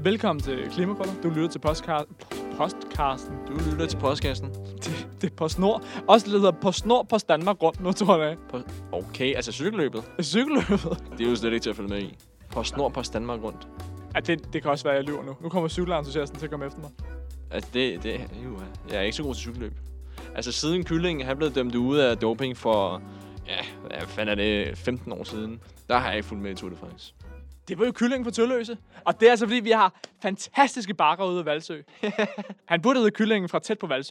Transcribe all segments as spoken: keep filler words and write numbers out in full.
Velkommen til Klimakrøller. Du lytter til postcar- postcasten. Du lytter til postkassen. Det, det er PostNord. Også lidt hedder PostNord, Post Danmark rundt nu, tror jeg. Post... Okay, altså cykelløbet. Cykelløbet. Det er jo slet ikke til at følge med i. PostNord, Post Danmark rundt. Ja, det, det kan også være, at jeg lyver nu. Nu kommer cykelentusiasten til at komme efter mig. Altså, det, det jo, jeg er ikke så god til cykelløb. Altså, siden Kyllingen er blevet dømt ude af doping for, ja, hvad fanden er det, femten år siden, der har jeg ikke fulgt med i Tour de France. Det var jo Kyllingen for Tølløse. Og det er altså, fordi vi har fantastiske bakker ude af Valsø. Han burde hedde Kyllingen fra tæt på Valsø.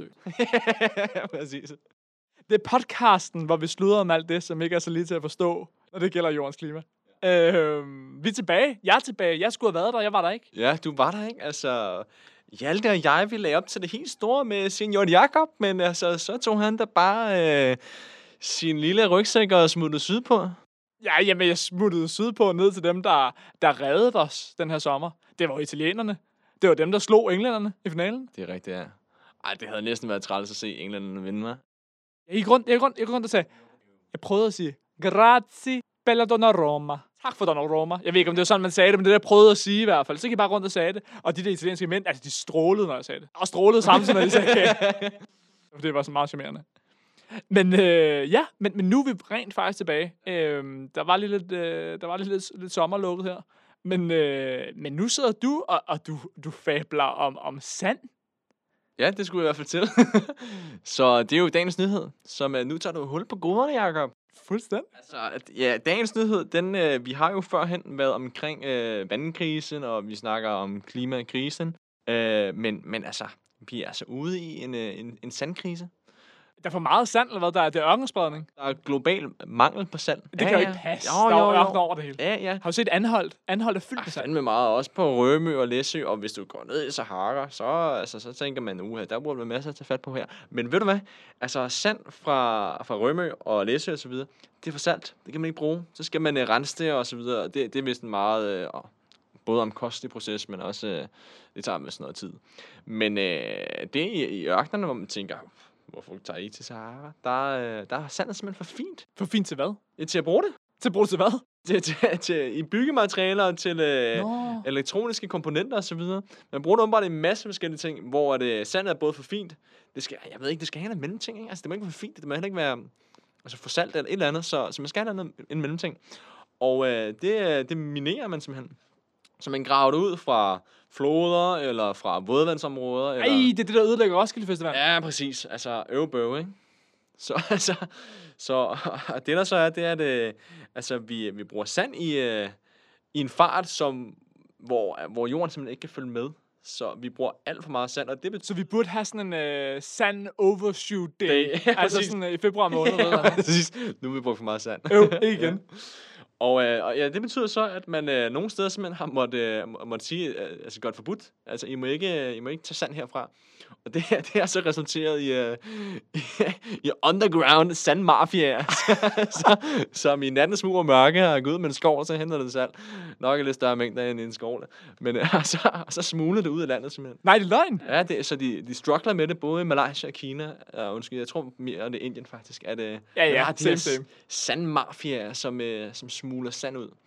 Præcis. Det er podcasten, hvor vi sluder om alt det, som ikke er så lige til at forstå, når det gælder jordens klima. Øh, vi er tilbage. Jeg er tilbage. Jeg skulle have været der. Jeg var der ikke. Ja, du var der ikke. Altså, Hjalte og jeg, vi lagde op til det helt store med senior Jakob, men altså, så tog han da bare øh, sin lille rygsæk og smuttede sydpå. Ja, jamen, jeg smuttede sydpå ned til dem, der, der reddede os den her sommer. Det var italienerne. Det var dem, der slog englænderne i finalen. Det er rigtigt, ja. Ej, det havde næsten været træls at se englænderne vinde, hva'? Jeg gik rundt, jeg gik rundt, jeg gik rundt og sagde, jeg prøvede at sige, grazie, bella Donnarumma. Tak for Donnarumma. Jeg ved ikke, om det var sådan, man sagde det, men det der jeg prøvede at sige i hvert fald. Så gik jeg bare rundt og sagde det. Og de der italienske mænd, altså de strålede, når jeg sagde det. Og strålede samtidig, når de sagde det. Det var så meget charmerende. Men øh, ja, men, men nu er vi rent faktisk tilbage. Øh, der var lige lidt, øh, der var lige lidt, lidt sommerlukket her. Men, øh, men nu sidder du, og, og du, du fabler om, om sand. Ja, det skulle jeg i hvert fald til. Så det er jo dagens nyhed, som uh, nu tager du hul på goderne, Jacob. Fuldstændig. Altså, at, ja, dagens nyhed, den, øh, vi har jo førhen været omkring øh, vandkrisen, og vi snakker om klimakrisen. Øh, men, men altså, vi er altså ude i en, øh, en, en sandkrise. Der er for meget sand, eller hvad? Der er, det er ørkenspredning. Der er global mangel på sand. Det kan jo ikke passe. Jo, Der jo, er jo. ørken over det hele. Ja, ja. Har du set Anholdt? Anholdt er fyldt med Ej, sand. fandme meget, også på Rømø og Læsø, og hvis du går ned i Sahara, så, altså, så tænker man, uha, der burde være masser at tage fat på her. Men ved du hvad? Altså, sand fra, fra Rømø og Læsø og så videre, det er for salt. Det kan man ikke bruge. Så skal man uh, rense det og så videre. Det, det er vist en meget, uh, både omkostelig proces, men også, uh, det tager vist noget tid. Men uh, det er i, i ørkenerne, hvor man tænker, hvorfor tager I til Sahara? Der, uh, der er sandet simpelthen for fint. For fint til hvad? Ja, til at bruge det. Til at bruge til hvad? Til, til, til, i byggematerialer, til øh, elektroniske komponenter og så videre. Man bruger det åbenbart en masse forskellige ting, hvor det sandet er både for fint. Det skal, jeg ved ikke, det skal have en mellemting, ikke? Altså, det må ikke være for fint. Det må heller ikke være altså, for salt eller et eller andet. Så, så man skal have en, en mellemting. Og øh, det, det minerer man simpelthen. Så man graver det ud fra floder, eller fra vådvandsområder. Eller... Ej, det er det, der ødelægger Roskilde Festival. Ja, præcis. Altså, øvebøv, ikke? Så, altså, så det der så er, det er, at øh, altså, vi, vi bruger sand i, øh, i en fart, som, hvor, hvor jorden simpelthen ikke kan følge med. Så vi bruger alt for meget sand, og det betyder... Så vi burde have sådan en uh, sand overshoot day. Day. Ja, altså præcis. sådan uh, i februar måned. Ja, præcis. Nu har vi brugt for meget sand. Øv, ikke igen. Ja. Og, øh, og ja, det betyder så, at man øh, nogle steder simpelthen har måttet øh, måtte sige, øh, altså godt forbudt. Altså, I må ikke, I må ikke tage sand herfra. Og det, det har så resulteret i, øh, i, i underground sandmafia, så, som i nattens smug og mørke har gået ud med en skov, og så henter det salt. Nok er lidt større mængder end en skov. Men øh, og så, og så smugler det ud af landet simpelthen. Nej, det er løgn. Ja, det, så de, de struggler med det, både i Malaysia og Kina. Uh, undskyld, jeg tror mere, det er Indien faktisk. At, uh, Ja, ja, har de same, her same. sandmafiaer, som, uh, som smugler sand ud.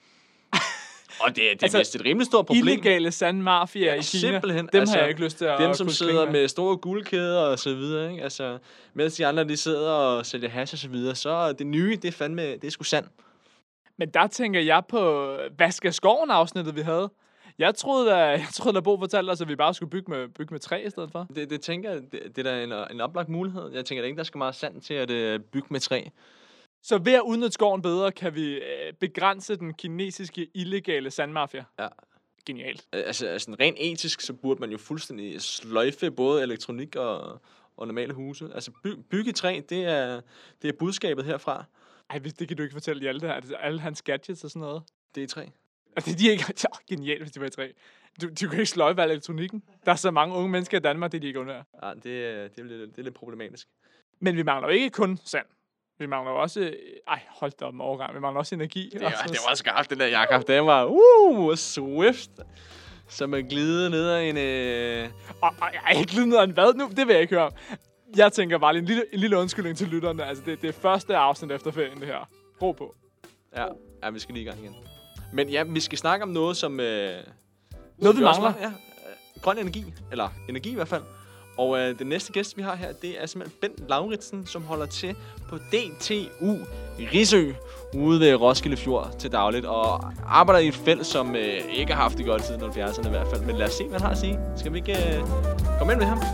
Og det, det er Altså, vist et rimelig stort problem. Illegale sandmafia Ja, i Kina. simpelthen. Dem Altså, har jeg ikke lyst til at Dem, som kunne sidder klinge med store guldkæder og så videre, ikke? Altså, mens de andre, de sidder og sælger hash og så videre, så er det nye, det er fandme, det er sgu sand. Men der tænker jeg på Vask af skoven afsnittet, vi havde. Jeg troede, at jeg troede, at Bo fortalte os, at vi bare skulle bygge med, bygge med træ i stedet for. Det, det tænker jeg, det, det er da en, en oplagt mulighed. Jeg tænker da ikke, der skal meget sand til at uh, bygge med træ. Så ved at udnytte skoven bedre, kan vi øh, begrænse den kinesiske illegale sandmafia. Ja. Genialt. Altså, altså rent etisk, så burde man jo fuldstændig sløjfe både elektronik og, og normale huse. Altså by, bygge træ, det er, det er budskabet herfra. Ej, hvis det kan du ikke fortælle Hjalte, at alle hans gadgets og sådan noget. Det er træ. Altså, de er ikke ja, genialt, hvis de var i træ. Du, du kan ikke sløjfe al elektronikken. Der er så mange unge mennesker i Danmark, det de ikke undværer. Ja, det, er- det, er lidt, det er lidt problematisk. Men vi mangler jo ikke kun sand. Vi mangler jo også... Ej, hold da op en overgang. Vi mangler også energi. Det var, det var skarpt, den der Jakob. Den var uh, swift. Som er glide ned ad en... Øh... Og, og jeg er ikke lidt ned ad en hvad nu? Det vil jeg ikke høre om. Jeg tænker bare lige en lille, en lille undskyldning til lytterne. Altså, det, det er første afsnit efter ferien, det her. Ro på. Ja, ja, vi skal lige i gang igen. Men ja, vi skal snakke om noget, som... Øh... Noget, vi Det er også mangler. meget, ja. Øh, Grøn energi, eller energi i hvert fald. Og øh, den næste gæst, vi har her, det er simpelthen Bent Lauritsen, som holder til på D T U i Risø, ude ved Roskilde Fjord til dagligt, og arbejder i et felt, som øh, ikke har haft det godt siden halvfjerdserne i hvert fald. Men lad os se, hvad han har at sige. Skal vi ikke øh, komme ind med ham?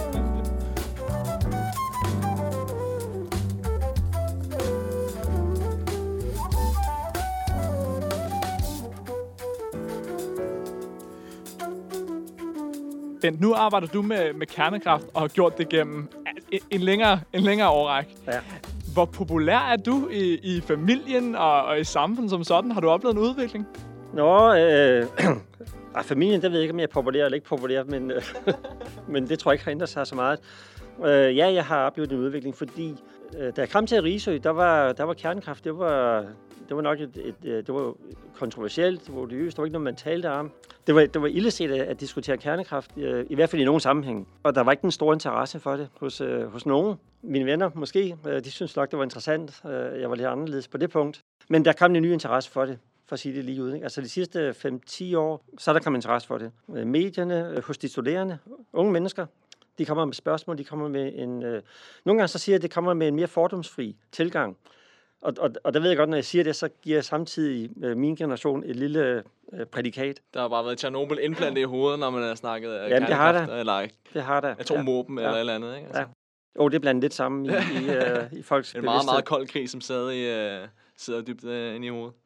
Bent, nu arbejder du med, med kernekraft og har gjort det gennem en, en længere, en længere årrække. Ja. Hvor populær er du i, i familien og, og i samfundet som sådan? Har du oplevet en udvikling? Nå, øh, ah, familien, der ved jeg ikke, om jeg er populær eller ikke populær, men, øh, men det tror jeg ikke har ændret sig så meget. Øh, ja, jeg har oplevet en udvikling, fordi øh, da jeg kom til Risø, der var, der var kernekraft, det var, det var nok et, et, et, det var kontroversielt, det var odiøst, det var ikke noget, man talte om. Det var, det var illeset at, at diskutere kernekraft, øh, i hvert fald i nogen sammenhæng. Og der var ikke den store interesse for det hos, øh, hos nogen. Mine venner måske, øh, de synes nok, det var interessant. Øh, jeg var lidt anderledes på det punkt. Men der kom en ny interesse for det, for at sige det lige ud. Ikke? Altså de sidste fem til ti år, så er der kommet interesse for det. Øh, medierne, øh, hos de studerende, unge mennesker, de kommer med spørgsmål, de kommer med en... Øh, nogle gange så siger jeg, at det kommer med en mere fordomsfri tilgang. Og, og, og der ved jeg godt, når jeg siger det, så giver jeg samtidig øh, min generation et lille øh, prædikat. Der har bare været Tjernobyl indblandet i hovedet, når man har snakket af Jamen, det har kernekraft, der. eller Det har der. atomvåben Ja. eller Ja. et eller andet, ikke? Altså. Ja. Jo, det er blandet lidt sammen i, i, øh, i folks En meget, bevidsthed. meget kold krig, som stadig øh, sidder dybt øh, inde i hovedet.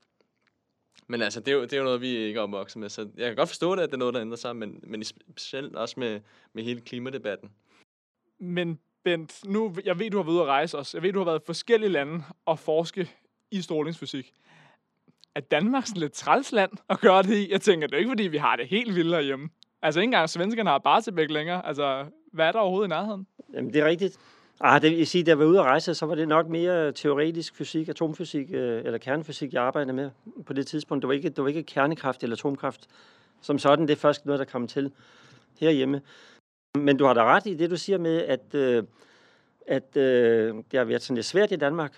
Men altså, det er, jo, det er jo noget, vi ikke er opvokset med, så jeg kan godt forstå det, at det er noget, der ændrer sig, men, men specielt også med, med hele klimadebatten. Men Bent, nu, jeg ved, du har været ude at rejse os. Jeg ved, du har været i forskellige lande og forske i strålingsfysik. Er Danmark sådan lidt trælsland at gøre det i? Jeg tænker, det er ikke, fordi vi har det helt vildt herhjemme. Altså, ikke engang svenskerne har Barsebäck længere. Altså, hvad er der overhovedet i nærheden? Jamen, det er rigtigt. Ah, det vil sige, da jeg var ude at rejse, så var det nok mere teoretisk fysik, atomfysik øh, eller kernefysik, jeg arbejdede med på det tidspunkt. Det var ikke, det var ikke kernekraft eller atomkraft som sådan. Det er først noget, der kom til herhjemme. Men du har da ret i det, du siger med, at, øh, at øh, det har været sådan lidt svært i Danmark.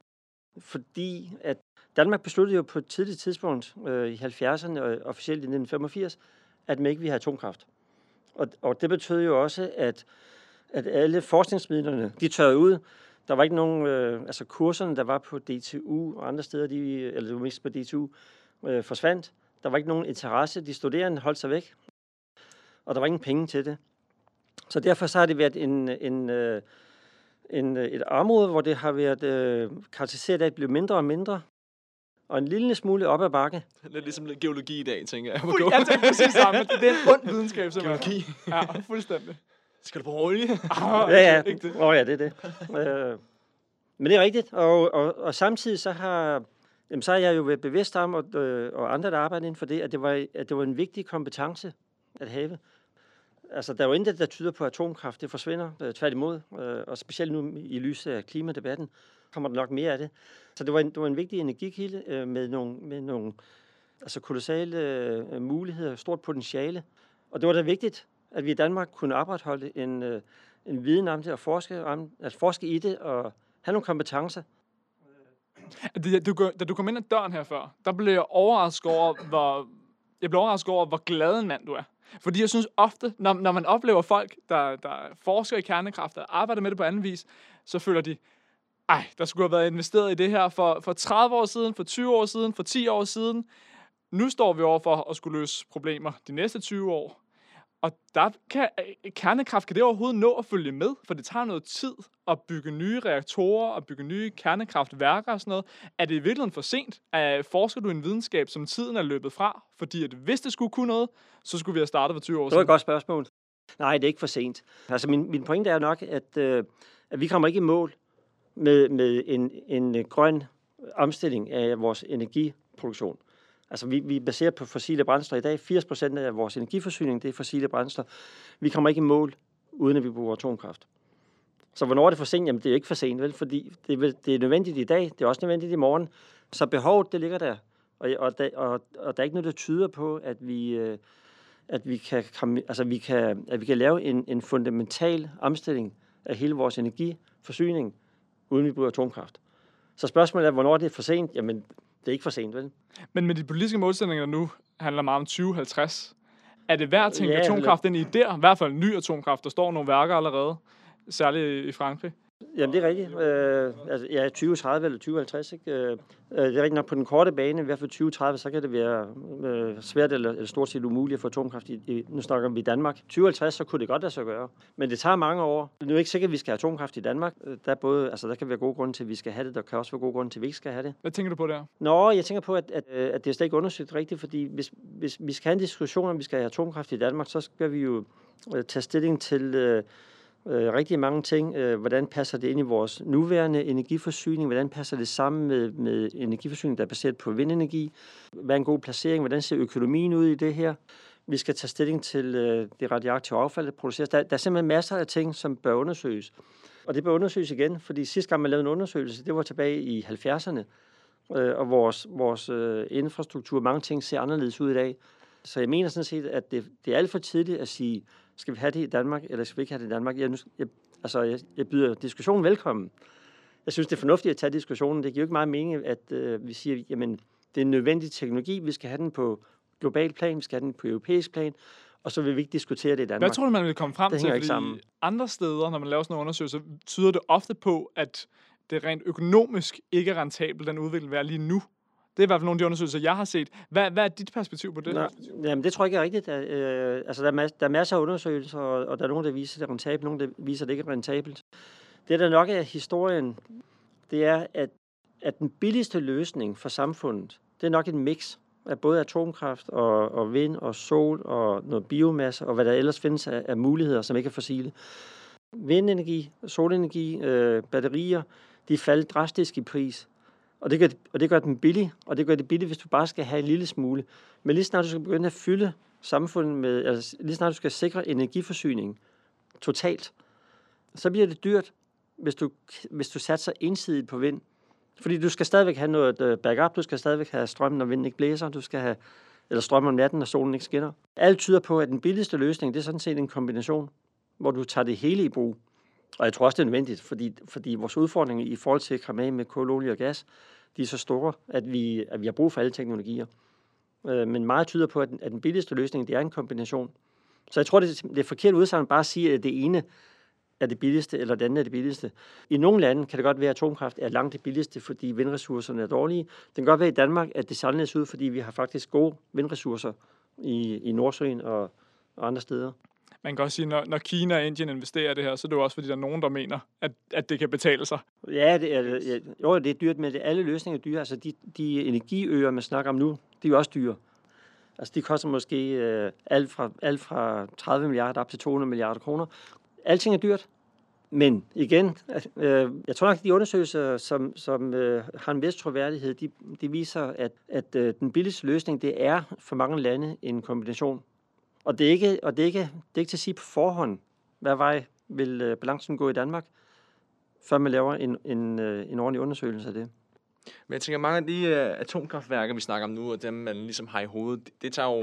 Fordi at Danmark besluttede jo på et tidligt tidspunkt øh, i halvfjerdserne og officielt i nitten femogfirs, at man ikke ville have atomkraft. Og, og det betød jo også, at, at alle forskningsmidlerne, de tørrede ud. Der var ikke nogen, øh, altså kurserne, der var på D T U og andre steder, de, eller det var mest på D T U, øh, forsvandt. Der var ikke nogen interesse. De studerende holdt sig væk. Og der var ingen penge til det. Så derfor så har det været en, en, øh, en, et område, hvor det har været øh, karakteriseret af at blive mindre og mindre. Og en lille smule op ad bakke. Det er ligesom lidt geologi i dag, tænker jeg. Fuld, jeg tænker præcis samme. Det er en ond videnskab, simpelthen. Geologi. Ja, fuldstændig. Skal du bruge olie? Ah, Ja, ja. ikke det. Åh, ja, det er det. øh, men det er rigtigt. Og, og, og samtidig så har, jamen, så har jeg jo været bevidst om, og, øh, og andre, der arbejder inden for det, at det, var, at det var en vigtig kompetence at have. Altså, der er jo intet, der tyder på, at atomkraft det forsvinder, øh, tværtimod. Øh, og specielt nu i lyset af klimadebatten kommer der nok mere af det. Så det var en, det var en vigtig energikilde øh, med nogle, med nogle altså kolossale øh, muligheder, stort potentiale. Og det var da vigtigt, at vi i Danmark kunne opretholde en, øh, en viden om det og forske, om, at forske i det og have nogle kompetencer. Da du, da du kom ind ad døren her før, der blev jeg overrasket over, hvor, jeg blev overrasket over, hvor glad en mand du er. Fordi jeg synes ofte, når, når man oplever folk, der, der forsker i kernekraft og arbejder med det på anden vis, så føler de, ej, der skulle have været investeret i det her for, for tredive år siden, for tyve år siden, for ti år siden. Nu står vi over for at skulle løse problemer de næste tyve år. Og der kan, kernekraft, kan det overhovedet nå at følge med? For det tager noget tid at bygge nye reaktorer og bygge nye kernekraftværker og sådan noget. Er det i virkeligheden for sent? Uh, forsker du i en videnskab, som tiden er løbet fra? Fordi at hvis det skulle kunne noget, så skulle vi have startet for tyve år Det siden. var et godt spørgsmål. Nej, det er ikke for sent. Altså min, min pointe er nok, at, øh, at vi kommer ikke i mål med, med en, en grøn omstilling af vores energiproduktion. Altså, vi, vi er baseret på fossile brændsler i dag. firs procent af vores energiforsyning, det er fossile brændsler. Vi kommer ikke i mål, uden at vi bruger atomkraft. Så hvornår er det for sent? Jamen, det er ikke for sent, vel? Fordi det er, det er nødvendigt i dag, det er også nødvendigt i morgen. Så behovet, det ligger der. Og, og, der, og, og der er ikke noget, der tyder på, at vi, at vi, kan, altså, vi, kan, at vi kan lave en, en fundamental omstilling af hele vores energiforsyning, uden vi bruger atomkraft. Så spørgsmålet er, hvornår det er for sent? Jamen, det er ikke for sent, vel? Men med de politiske målsætninger, der nu handler meget om tyve halvtreds, er det værd at tænke Ja, atomkraft ind i der? I hvert fald ny atomkraft. Der står nogle værker allerede, særligt i Frankrig. Jamen, det er rigtigt. Øh, altså, ja, tyve tredive eller tyve halvtreds, ikke? Øh, det er rigtigt nok på den korte bane, i hvert fald tyve tredive, så kan det være øh, svært eller, eller stort set umuligt at få atomkraft i, i, nu snakker vi i Danmark. tyve halvtreds, så kunne det godt lade sig gøre. Men det tager mange år. Nu er det ikke sikkert, at vi skal have atomkraft i Danmark. Der, er både, altså, der kan være gode grunde til, at vi skal have det. Der kan også være gode grunde til, at vi ikke skal have det. Hvad tænker du på der? Nå, jeg tænker på, at, at, at det er slet ikke undersøgt rigtigt, fordi hvis, hvis vi skal have en diskussion, om vi skal have atomkraft i Danmark, så skal vi jo øh, tage stilling til øh, øh, rigtig mange ting. Øh, hvordan passer det ind i vores nuværende energiforsyning? Hvordan passer det sammen med, med energiforsyning, der er baseret på vindenergi? Hvad er en god placering? Hvordan ser økonomien ud i det her? Vi skal tage stilling til øh, det radioaktive affald, der produceres. Der, der er simpelthen masser af ting, som bør undersøges. Og det bør undersøges igen, fordi sidste gang man lavede en undersøgelse, det var tilbage i halvfjerdserne. Og vores, vores øh, infrastruktur, mange ting ser anderledes ud i dag. Så jeg mener sådan set, at det, det er alt for tidligt at sige, skal vi have det i Danmark, eller skal vi ikke have det i Danmark? Jeg, jeg, altså, jeg, jeg byder diskussionen velkommen. Jeg synes, det er fornuftigt at tage diskussionen. Det giver jo ikke meget mening, at øh, vi siger, jamen, det er en nødvendig teknologi. Vi skal have den på global plan, vi skal have den på europæisk plan, og så vil vi ikke diskutere det i Danmark. Hvad tror du, man vil komme frem det til? Fordi sammen. Andre steder, når man laver sådan nogle undersøgelser, tyder det ofte på, at det rent økonomisk ikke er rentabelt, den udvikling, vi er lige nu. Det er i hvert fald nogle af de undersøgelser, jeg har set. Hvad, hvad er dit perspektiv på det? Nå, jamen, det tror jeg ikke er rigtigt. Der, øh, altså, der, er mas- der er masser af undersøgelser, og, og der er nogen, der viser, det er rentabelt, nogen, der viser, det ikke er rentabelt. Det, der nok er historien, det er, at, at den billigste løsning for samfundet, det er nok en mix af både atomkraft og, og vind og sol og noget biomasse, og hvad der ellers findes af, af muligheder, som ikke er fossile. Vindenergi, solenergi, øh, batterier, de falder drastisk i pris. Og det, gør, og det gør den billig, og det gør det billigt, hvis du bare skal have en lille smule. Men lige snart du skal begynde at fylde samfundet med, altså lige snart du skal sikre energiforsyning totalt, så bliver det dyrt, hvis du, hvis du satser ensidigt på vind. Fordi du skal stadigvæk have noget backup, du skal stadigvæk have strøm, når vinden ikke blæser, du skal have, eller strøm om natten, når solen ikke skinner. Alt tyder på, at den billigste løsning, det er sådan set en kombination, hvor du tager det hele i brug. Og jeg tror også, det er nødvendigt, fordi, fordi vores udfordringer i forhold til at komme af med kul, olie og gas, de er så store, at vi, at vi har brug for alle teknologier. Øh, men meget tyder på, at den, at den billigste løsning, det er en kombination. Så jeg tror, det, det er forkert udsagn bare at sige, at det ene er det billigste, eller det andet er det billigste. I nogle lande kan det godt være, at atomkraft er langt det billigste, fordi vindressourcerne er dårlige. Det kan godt være i Danmark, at det samles ud, fordi vi har faktisk gode vindressourcer i, i Nordsøen og, og andre steder. Man kan også sige, når, når Kina og Indien investerer i det her, så er det jo også, fordi der er nogen, der mener, at, at det kan betale sig. Ja, det er, ja, jo, det er dyrt, men det, alle løsninger er dyre. Altså, de, de energiøer, man snakker om nu, de er jo også dyre. Altså, de koster måske øh, alt, fra, alt fra tredive milliarder op til to hundrede milliarder kroner. Alting er dyrt. Men igen, øh, jeg tror nok, at de undersøgelser, som, som øh, har en vis troværdighed, de, de viser, at, at øh, den billigste løsning, det er for mange lande en kombination. Og det er ikke, og det er ikke, det er ikke til at sige på forhånd, hvad vej vil øh, balancen gå i Danmark, før man laver en, en, øh, en ordentlig undersøgelse af det. Men jeg tænker, mange af de uh, atomkraftværker, vi snakker om nu, og dem, man ligesom har i hovedet, det, det tager jo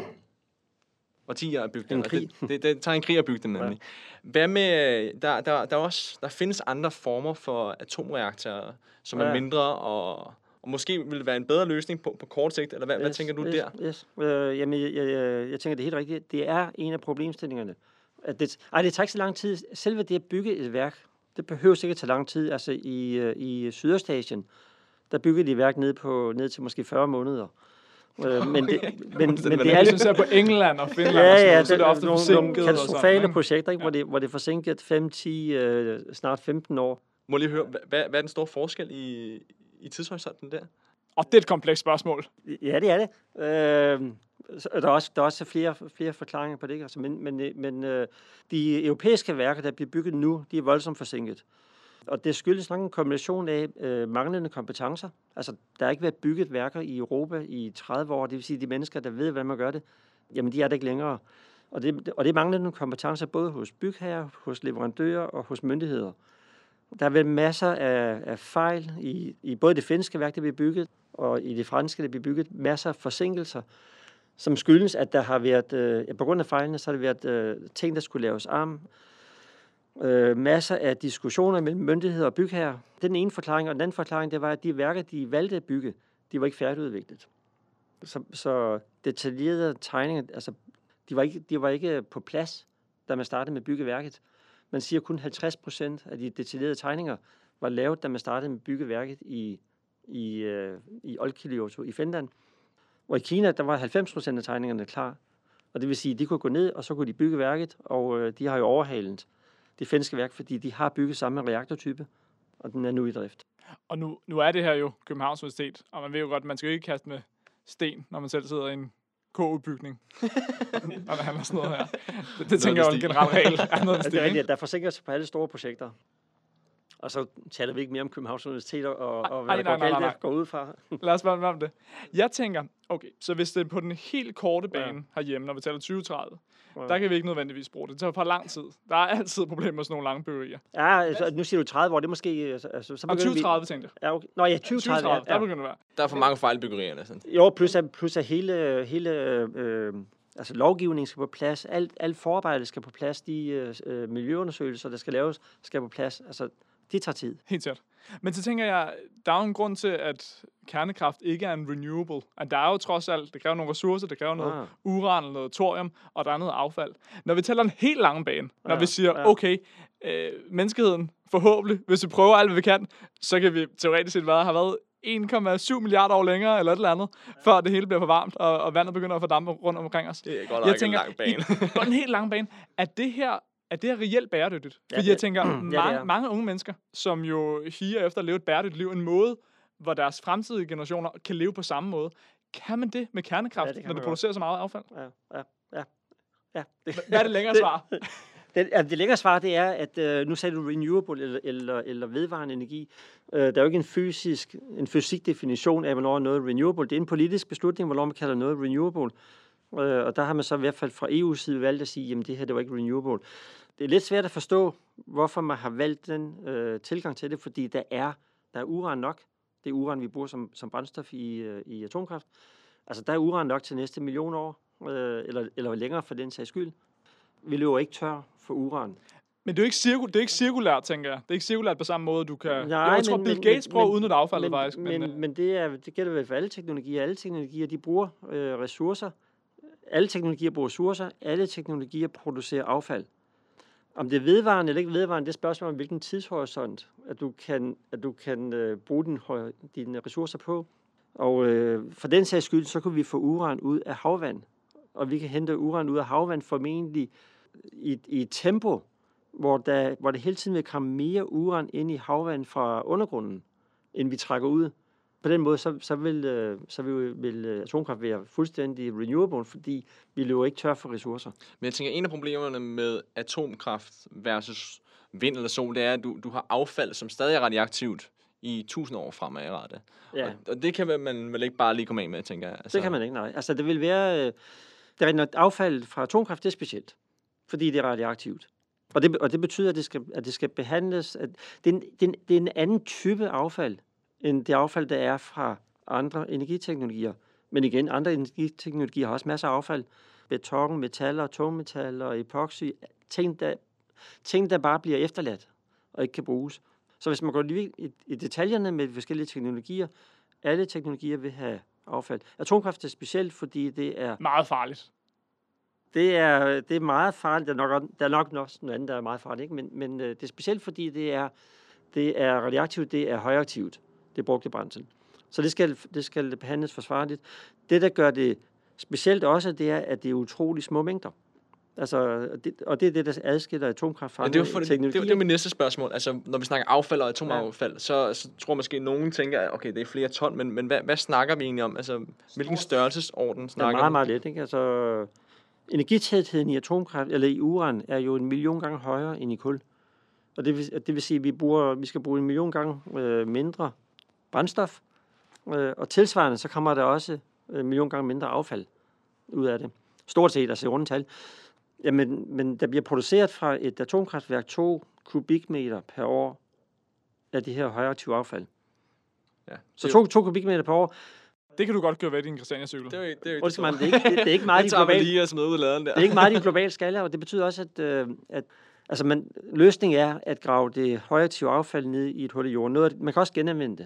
årtier at bygge dem. Det, det, det tager en krig at bygge dem nemlig. Ja. Hvad med, der, der, der, også, der findes andre former for atomreaktorer, som ja. er mindre og... Og måske vil det være en bedre løsning på, på kort sigt, eller hvad, yes, hvad tænker du yes, der? Yes. Øh, jamen, jeg, jeg, jeg tænker, det er helt rigtigt. Det er en af problemstillingerne. At det, ej, det tager ikke så lang tid. Selve det at bygge et værk, det behøver sikkert tage lang tid. Altså i, i Sydøstasien, der bygger de værk ned, på, ned til måske fyrre måneder. Øh, men det, men, men det er altså... Hvis på England og Finland ja, og sådan ja, noget, så er det ofte nogle, forsinket. Nogle katastrofale sådan, projekter, ikke? Ja. Hvor, det, hvor det er forsinket fem, ti, øh, snart femten år. Må lige høre, hvad, hvad er den store forskel i, i tidshorisonten der? Og det er et komplekst spørgsmål. Ja, det er det. Øh, der er også, der er også flere, flere forklaringer på det. Altså, men men, men øh, de europæiske værker, der bliver bygget nu, de er voldsomt forsinket. Og det skyldes nok en kombination af øh, manglende kompetencer. Altså, der er ikke været bygget værker i Europa i tredive år. Det vil sige, de mennesker, der ved, hvordan man gør det, jamen, de er der ikke længere. Og det, og det mangler nogle kompetencer både hos bygherrer, hos leverandører og hos myndigheder. Der er vel masser af, af fejl i, i både det finske værk, der bliver bygget, og i det franske, der bliver bygget, masser af forsinkelser, som skyldes, at der har været, øh, på grund af fejlene, så har der været øh, ting, der skulle laves om. Øh, masser af diskussioner mellem myndigheder og bygherrer. Det er den ene forklaring, og den anden forklaring, det var, at de værker, de valgte at bygge, de var ikke færdigudviklet. Så, så detaljerede tegninger, altså, de var, ikke, de var ikke på plads, da man startede med byggeværket. Man siger kun halvtreds procent af de detaljerede tegninger var lavet, da man startede med byggeværket i, i, øh, i Olkiluoto i Finland. Og i Kina, der var halvfems procent af tegningerne klar. Og det vil sige, at de kunne gå ned, og så kunne de bygge værket, og øh, de har jo overhalet det finske værk, fordi de har bygget samme reaktortype, og den er nu i drift. Og nu, nu er det her jo Københavns Universitet, og man ved jo godt, at man skal jo ikke kaste med sten, når man selv sidder i en K U-bygning, når det handler sådan noget her. Det, det tænker jeg jo en generel regel. Er noget Altså, det er rigtigt, at der er forsinkelse på alle store projekter. Og så taler vi ikke mere om Københavns Universitet og, og hvad Ej, der nej, går nej, galt nej. der går ud fra. Lad os bare være om det. Jeg tænker, okay, så hvis det er på den helt korte bane ja. herhjemme, når vi taler tyve tredive, ja. der kan vi ikke nødvendigvis bruge det. Det tager for lang tid. Der er altid problemer med sådan nogle lange byggerier. Ja, altså, nu siger du tredive år, det er måske... Altså, så og tyve tredive, tænkte jeg. Ja, okay. Nå ja, tyve tredive, ja. Der begynder det være. Der er for mange fejl i byggerierne. Sådan. Jo, plus at, plus at hele... hele øh, altså lovgivningen skal på plads, alt, alt forarbejde skal på plads, de øh, miljøundersøgelser, der skal laves, skal på plads. Altså, det tager tid. Helt sikkert. Men så tænker jeg, der er jo en grund til, at kernekraft ikke er en renewable. At der er jo trods alt, det kræver nogle ressourcer, det kræver noget ah. uran eller noget thorium, og der er noget affald. Når vi tæller en helt lang bane, når ja, vi siger, ja. okay, øh, menneskeheden forhåbentlig, hvis vi prøver alt, hvad vi kan, så kan vi teoretisk set være, have været en komma syv milliarder år længere, eller et eller andet, ja. før det hele bliver for varmt, og, og vandet begynder at fordampe rundt omkring os. Det er godt nok jeg tænker, en lang bane. I, en helt lang bane. Er det her Er det reelt bæredygtigt? Ja, Fordi det, jeg tænker, ja, mange, mange unge mennesker, som jo higer efter at leve et bæredygtigt liv, en måde, hvor deres fremtidige generationer kan leve på samme måde. Kan man det med kernekraft, ja, det når du producerer så meget affald? Ja, ja, ja. ja. Hvad er det længere svar? Det, det, det, det længere svar, det er, at øh, nu sagde du renewable eller, eller, eller vedvarende energi. Øh, der er jo ikke en fysisk, en fysik definition af, hvornår noget er renewable. Det er en politisk beslutning, hvornår man kalder noget renewable. Øh, og der har man så i hvert fald fra E U's side valgt at sige, jamen det her, det var ikke renewable. Det er lidt svært at forstå, hvorfor man har valgt den øh, tilgang til det, fordi der er, der er uran nok. Det er uran, vi bruger som, som brændstof i, øh, i atomkraft. Altså, der er uran nok til næste million år, øh, eller, eller længere for den sags skyld. Vi løber ikke tør for uran. Men det er jo ikke, cirku, det er ikke cirkulært, tænker jeg. Det er ikke cirkulært på samme måde, du kan... Nej, jeg tror, men, Bill Gates men, prøver at men, udnytte affaldet, men, faktisk. Men, men, men, men det, er, det gælder vel for alle teknologier. Alle teknologier, de bruger øh, ressourcer. Alle teknologier bruger ressourcer. Alle teknologier producerer affald. Om det er vedvarende eller ikke vedvarende, det er spørgsmål om, hvilken tidshorisont, at du kan, at du kan øh, bruge din, dine ressourcer på. Og øh, for den sags skyld, så kan vi få uran ud af havvand. Og vi kan hente uran ud af havvand formentlig i, i et tempo, hvor, der, hvor det hele tiden vil komme mere uran ind i havvand fra undergrunden, end vi trækker ud. På den måde, så, så, vil, så vil, vil atomkraft være fuldstændig renewable, fordi vi løber ikke tør for ressourcer. Men jeg tænker, en af problemerne med atomkraft versus vind eller sol, det er, at du, du har affald, som stadig er radioaktivt i tusind år fremadrettet. Ja. Og, og det kan man vel ikke bare lige komme af med, tænker jeg. Altså, det kan man ikke, nej. Altså, det vil være... Der er noget affald fra atomkraft, det er specielt, fordi det er radioaktivt. Og det, og det betyder, at det skal, at det skal behandles... At det, er en, det, er en, det er en anden type affald, end det affald, der er fra andre energiteknologier. Men igen, andre energiteknologier har også masser af affald. Beton, metaller, tungmetaller, epoxy, ting der, ting, der bare bliver efterladt og ikke kan bruges. Så hvis man går i, i detaljerne med forskellige teknologier, alle teknologier vil have affald. Atomkraft er specielt, fordi det er... Meget farligt. Det er, det er meget farligt. Der er nok, der er nok også noget andet, der er meget farligt, ikke? Men, men det er specielt, fordi det er, det er radioaktivt, det er højaktivt. Det brugte brændsel. Så det skal, det skal behandles forsvarligt. Det, der gør det specielt også, det er, at det er utrolig små mængder. Altså, det, og det er det, der adskiller atomkraft fra ja, det er teknologi. Det, det, det er mit næste spørgsmål. Altså, når vi snakker affald og atomaffald, ja. så, så tror måske nogen tænker, at okay, det er flere ton, men, men hvad, hvad snakker vi egentlig om? Altså, hvilken størrelsesorden snakker vi? Det er meget, meget let, ikke? Altså, energitætheden i atomkraft, eller i uran, er jo en million gange højere end i kul. Og det vil, det vil sige, at vi, bruger, vi skal bruge en million gange øh, mindre brændstof, øh, og tilsvarende, så kommer der også en million gange mindre affald ud af det. Stort set, altså rundt tal. Jamen, men der bliver produceret fra et atomkraftværk to kubikmeter per år af det her højaktive affald. Ja, så to, to kubikmeter per år. Det kan du godt gøre ved i din Christiania-cykel. Det er jo, det er jo det, man, det, er ikke, det, det er ikke meget i global. Lige og ud laden der. Det er ikke meget i global skala, og det betyder også, at, øh, at altså man, løsningen er at grave det højaktive affald ned i et hul i jorden. Noget, man kan også genanvende det.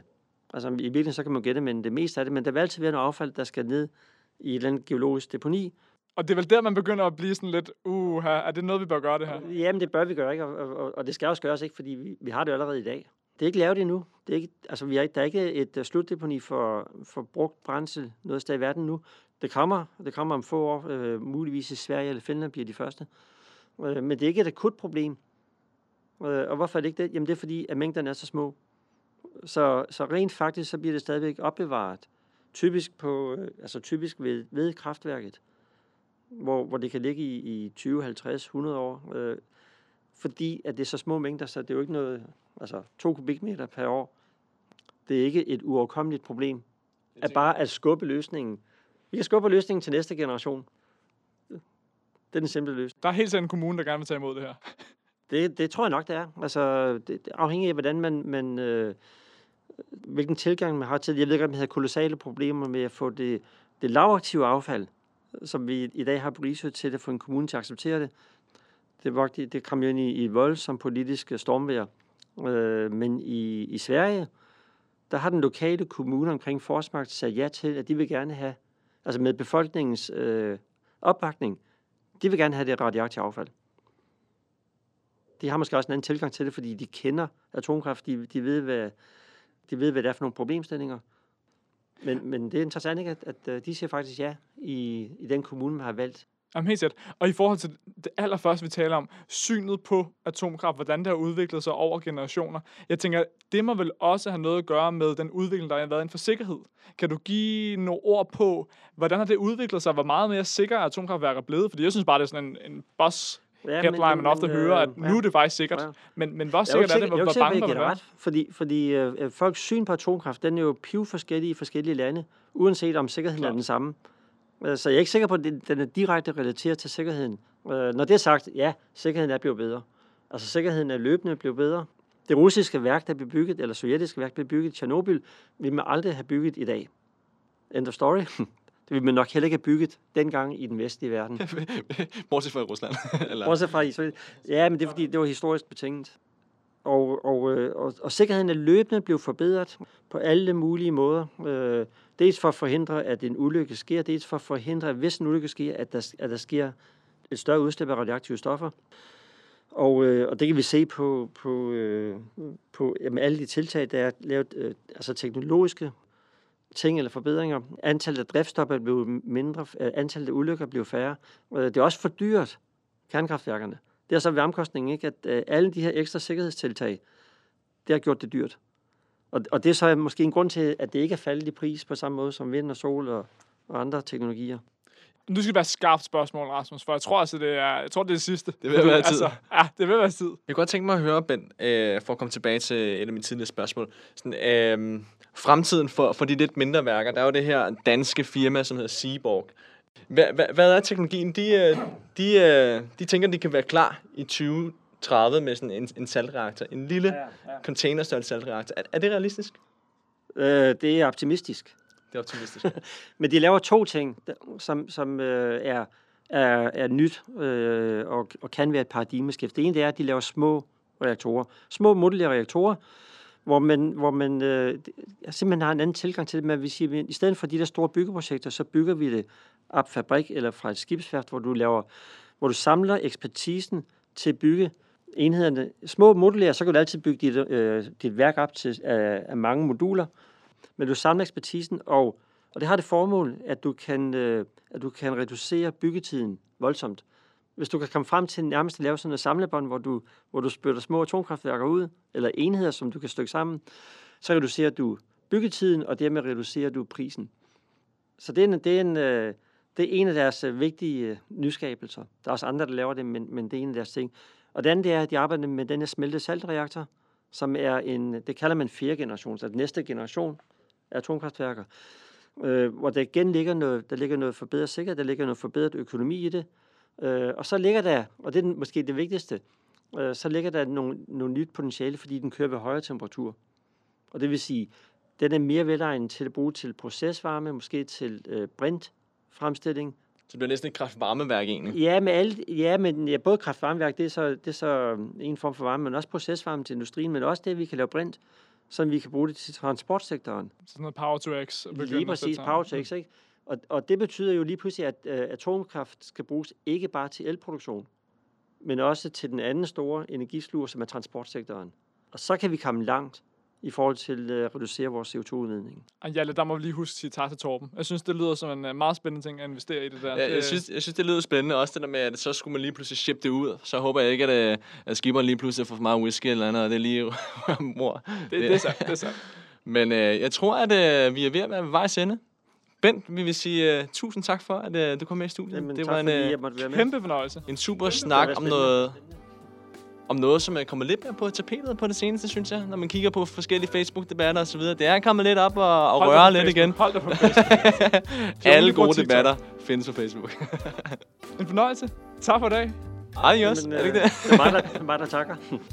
Altså i virkeligheden så kan man gætte, men det meste af det, men der vil altid være noget affald, der skal ned i et eller andet geologisk deponi. Og det er vel der, man begynder at blive sådan lidt, uh, er det noget, vi bør gøre det her? Jamen, det bør vi gøre, ikke? Og, og, og det skal også gøres, ikke? Fordi vi, vi har det allerede i dag. Det er ikke lavet endnu. Det er ikke, altså, vi er, der er ikke et uh, slutdeponi for, for brugt brændsel noget sted i verden nu. Det kommer, det kommer om få år, øh, muligvis i Sverige eller Finland bliver de første. Øh, men det er ikke et akut problem. Øh, og hvorfor er det ikke det? Jamen, det er fordi, at mængderne er så små. Så, så rent faktisk, så bliver det stadigvæk opbevaret. Typisk, på, øh, altså typisk ved, ved kraftværket. Hvor, hvor det kan ligge i, i tyve, halvtreds, hundrede år, øh, fordi at det er så små mængder, så det er jo ikke noget, altså to kubikmeter per år. Det er ikke et uoverkommeligt problem, at bare at skubbe løsningen. Vi kan skubbe løsningen til næste generation. Det er den simple løsning. Der er helt sikkert en kommune, der gerne vil tage imod det her. Det, det tror jeg nok, det er. Altså, det, det afhænger af, hvordan man, man øh, hvilken tilgang man har til det. Jeg ved godt, man havde kolossale problemer med at få det, det lavaktive affald, som vi i dag har research til at få en kommune til at acceptere det. Det, var, det, det kom jo ind i, i voldsomt politiske stormvejr. Øh, men i, i Sverige, der har den lokale kommune omkring Forsmark sagt ja til, at de vil gerne have, altså med befolkningens øh, opbakning, de vil gerne have det radioaktive affald. De har måske også en anden tilgang til det, fordi de kender atomkraft, de, de, ved, hvad, de ved, hvad det er for nogle problemstillinger. Men, men det er interessant, ikke, at, at de siger faktisk ja i, i den kommune, man har valgt. Jamen helt sikkert. Og i forhold til det allerførste, vi taler om, synet på atomkraft, hvordan det har udviklet sig over generationer. Jeg tænker, det må vel også have noget at gøre med den udvikling, der har været inden for sikkerhed. Kan du give nogle ord på, hvordan har det udviklet sig? Hvor meget mere sikker atomkraftværk er blevet? Fordi jeg synes bare, det er sådan en, en boss ja, headline, man ofte øh, hører, at nu ja. er det faktisk sikkert. Ja. Men, men hvor sikkert er det? Hvor, hvor bange var det ret? Fordi, fordi øh, folks syn på atomkraft, den er jo pivforskellig i forskellige lande, uanset om sikkerheden Klart. er den samme. Så jeg er ikke sikker på, at den er direkte relateret til sikkerheden. Når det er sagt, ja, sikkerheden er blevet bedre. Altså sikkerheden er løbende blevet bedre. Det russiske værk, der blev bygget, eller sovjetiske værk, der blev bygget i Tjernobyl, vil man aldrig have bygget i dag. End of story. Det vil man nok heller ikke have bygget dengang i den vestlige verden. Bortset fra i Rusland. Eller? Bortset fra i Sovjet. Ja, men det er fordi, det var historisk betinget. Og, og, og, og sikkerheden er løbende blevet forbedret på alle mulige måder. Øh, dels for at forhindre, at en ulykke sker, dels for at forhindre, at hvis en ulykke sker, at der, at der sker et større udslip af radioaktive stoffer. Og, øh, og det kan vi se på, på, øh, på jamen, alle de tiltag, der er lavet, øh, altså teknologiske ting eller forbedringer. Antallet af driftstop er blevet mindre, antallet af ulykker er blevet færre. Øh, det er også for dyrt, kernekraftværkerne. Det er så ved omkostningen, ikke, at øh, alle de her ekstra sikkerhedstiltag, det har gjort det dyrt. Og, og det er så måske en grund til, at det ikke er faldet i pris på samme måde som vind og sol og, og andre teknologier. Nu skal det være et skarpt spørgsmål, Rasmus, for jeg tror altså, det er, jeg tror, det er det sidste. Det vil være tid. Altså, ja, det vil være tid. Jeg kunne godt tænke mig at høre, Ben, øh, for at komme tilbage til et af mine tidligere spørgsmål. Sådan, øh, fremtiden for, for de lidt mindre værker, der er jo det her danske firma, som hedder Seaborg. Hvad, hvad, hvad er teknologien? De, de, de tænker, de kan være klar i tyve tredive med sådan en, en saltreaktor. En lille ja, ja. containerstørrelse saltreaktor. Er, er det realistisk? Øh, det er optimistisk. Det er optimistisk. Men de laver to ting, som, som øh, er, er, er nyt øh, og, og kan være et paradigmeskift. Det ene det er, at de laver små reaktorer. Små modulære reaktorer, hvor man, hvor man øh, simpelthen har en anden tilgang til det. Man vil sige, at i stedet for de der store byggeprojekter, så bygger vi det op fabrik eller fra et skibsværft, hvor du laver, hvor du samler ekspertisen til at bygge enhederne. Små modulære, så kan du altid bygge dit, øh, dit værk op til af, af mange moduler, men du samler ekspertisen, og, og det har det formål, at du kan, øh, at du kan reducere byggetiden voldsomt. Hvis du kan komme frem til nærmest at lave sådan et samlebånd, hvor du, hvor du spytter små atomkraftværker ud, eller enheder, som du kan stykke sammen, så reducerer du byggetiden, og dermed reducerer du prisen. Så det er en, det er en, det er en af deres vigtige nyskabelser. Der er også andre, der laver det, men, men det er en af deres ting. Og det andet det er, at de arbejder med den her smeltede saltreaktor, som er en, det kalder man fjerde generation, altså næste generation af atomkraftværker, øh, hvor der igen ligger noget, der ligger noget forbedret sikkerhed, der ligger noget forbedret økonomi i det. Øh, og så ligger der, og det er måske det vigtigste, øh, så ligger der nogle, nogle nyt potentiale, fordi den kører ved højere temperatur. Og det vil sige, den er mere velegnet til at bruge til procesvarme, måske til øh, brintfremstilling. Så det bliver næsten et kraft-varmeværk egentlig? Ja, med alle, ja, men ja, både kraft-varmeværk, det er, så, det er så en form for varme, men også procesvarme til industrien, men også det, vi kan lave brint. så vi kan bruge det til transportsektoren. Sådan noget power to x. Lige præcis, power to x, ikke? Og, og det betyder jo lige pludselig, at øh, atomkraft skal bruges ikke bare til elproduktion, men også til den anden store energisluger, som er transportsektoren. Og så kan vi komme langt i forhold til at reducere vores C O to udledning. Og Jalle, der må vi lige huske at sige tak til Torben. Jeg synes, det lyder som en uh, meget spændende ting at investere i det der. Ja, jeg, det, synes, jeg synes, det lyder spændende. Også det der med, at så skulle man lige pludselig shippe det ud. Så håber jeg ikke, at, at skiberen lige pludselig får for meget whisky eller andet, og det er lige mor. Det, det, det er sandt, det er sandt. Men øh, jeg tror, at øh, vi er ved at være ved vejs ende. Bent, vi vil sige uh, tusind tak for, at uh, du kom med i studiet. Jamen, det tak, var en, fordi uh, jeg måtte være med. Kæmpe fornøjelse. En super snak om noget, om noget, som er kommet lidt mere på tapetet på det seneste, synes jeg. Når man kigger på forskellige Facebook-debatter og så videre. Det er kommet lidt op og, og røre lidt igen. Hold da på Facebook. Alle gode debatter findes på Facebook. En fornøjelse. Tak for i dag. Adios. Jamen, er det ikke øh, det? Det er mig, der, mig, der takker.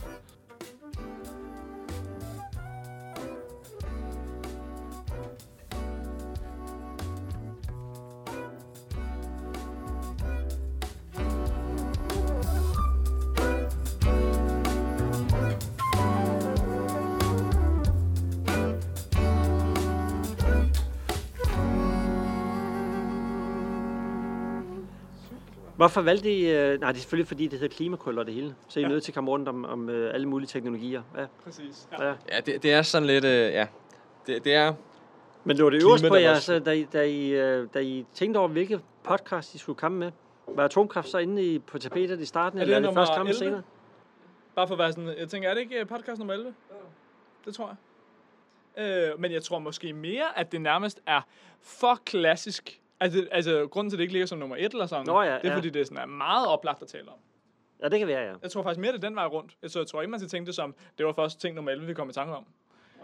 Hvorfor valgte I... Øh, nej, det er selvfølgelig, fordi det hedder klimakul og det hele. Så er I ja. nødt til at komme rundt om, om øh, alle mulige teknologier. Ja. Præcis. Ja. Ja, ja det, det er sådan lidt... Øh, ja, det, det er... Men lå det øverst på Klima, der jer, var- så, da, I, da, I, øh, da I tænkte over, hvilke podcast I skulle komme med? Var atomkraft så inde i, på tapetet i starten, Er det eller er det nummer først kommet elleve? senere? Bare for at være sådan... Jeg tænker, er det ikke podcast nummer elleve? Ja. Det tror jeg. Øh, men jeg tror måske mere, at det nærmest er for klassisk. Altså, altså grunden til, at det ikke ligger som nummer et eller sådan, Nå ja, det er, ja. fordi det er, sådan, er meget oplagt at tale om. Ja, det kan være, ja. Jeg tror faktisk mere, det er den vej rundt. Jeg tror, jeg tror ikke, man skal tænke det som, det var først ting nummer elleve, vi kom i tanke om.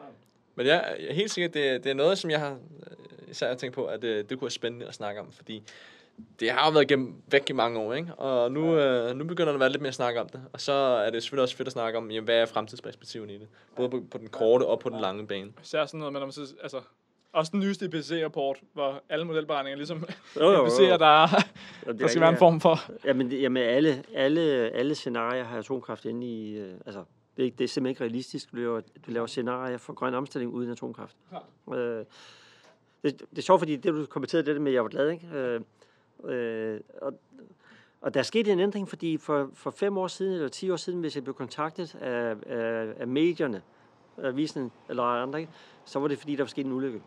Men jeg er helt sikkert, det, det er noget, som jeg har øh, især tænkt på, at det, det kunne være spændende at snakke om, fordi det har jo været gennem, væk i mange år, ikke? Og nu, øh, nu begynder der at være lidt mere snak om det. Og så er det selvfølgelig også fedt at snakke om, jamen, hvad er fremtidsperspektiven i det? Både på, på den korte og på den lange bane. Især sådan noget, men når man så, altså, også den nyeste I P C C-rapport, hvor alle modelberegninger ligesom Jo, jo, jo. implicerer, der, er, Og det der er skal være en rigtigt, form for... Jamen, det- jamen alle, alle, alle scenarier har atomkraft inde i... Øh, altså, det er, ikke, det er simpelthen ikke realistisk. Du laver, du laver scenarier for grøn omstilling uden atomkraft. Øh, det, det er sjovt, fordi det, du kommenterede det med, jeg var glad, ikke? Øh, øh, og, og der er sket en ændring, fordi for, for fem år siden, eller ti år siden, hvis jeg blev kontaktet af, af, af medierne, avisen eller andre, ikke? Så var det fordi, der var sket en ulykke.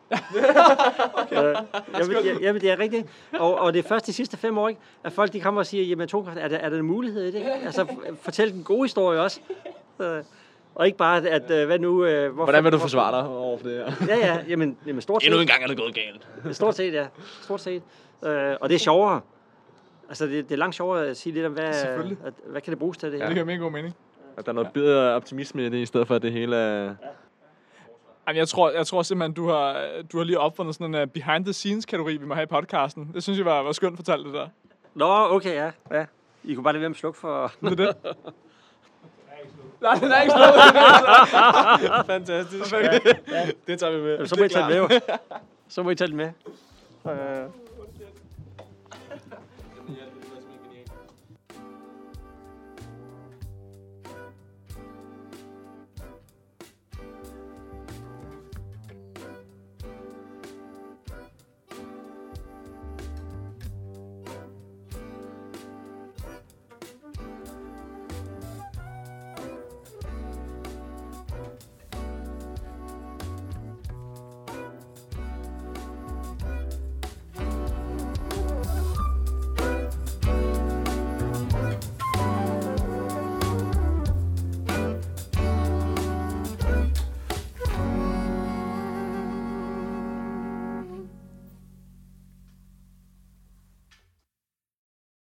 okay. øh, jamen, ja, jamen, det er rigtigt. Og, og det er først de sidste fem år, ikke? At folk de kommer og siger, jamen atomkraft, er der, er der en mulighed i det? Ikke? Altså, fortæl den gode historie også. Øh, og ikke bare, at, at hvad nu... Øh, hvorfor, Hvordan vil du hvorfor- forsvare dig over for det her? Ja, ja, jamen, jamen stort set. Endnu en gang er det gået galt. Stort set, ja. Stort set. Øh, og det er sjovere. Altså, det, det er langt sjovere at sige lidt om, hvad, Selvfølgelig. at, hvad kan det bruges til det her? Det giver mega god mening. At der er noget bedre optimisme i det, i stedet for at det hele er... Jamen, jeg tror, jeg tror simpelthen, du har, du har lige opfundet sådan en uh, behind-the-scenes-kategori, vi må have i podcasten. Det synes jeg var, var skønt fortalt, det der. Nå, okay, ja. ja. I kunne bare lade være med at slukke for... Det er det. Nej, den er ikke slået. Fantastisk. ja, ja. Det tager vi med. Så må I tage den med, jo. Så må I tage den med. Øh.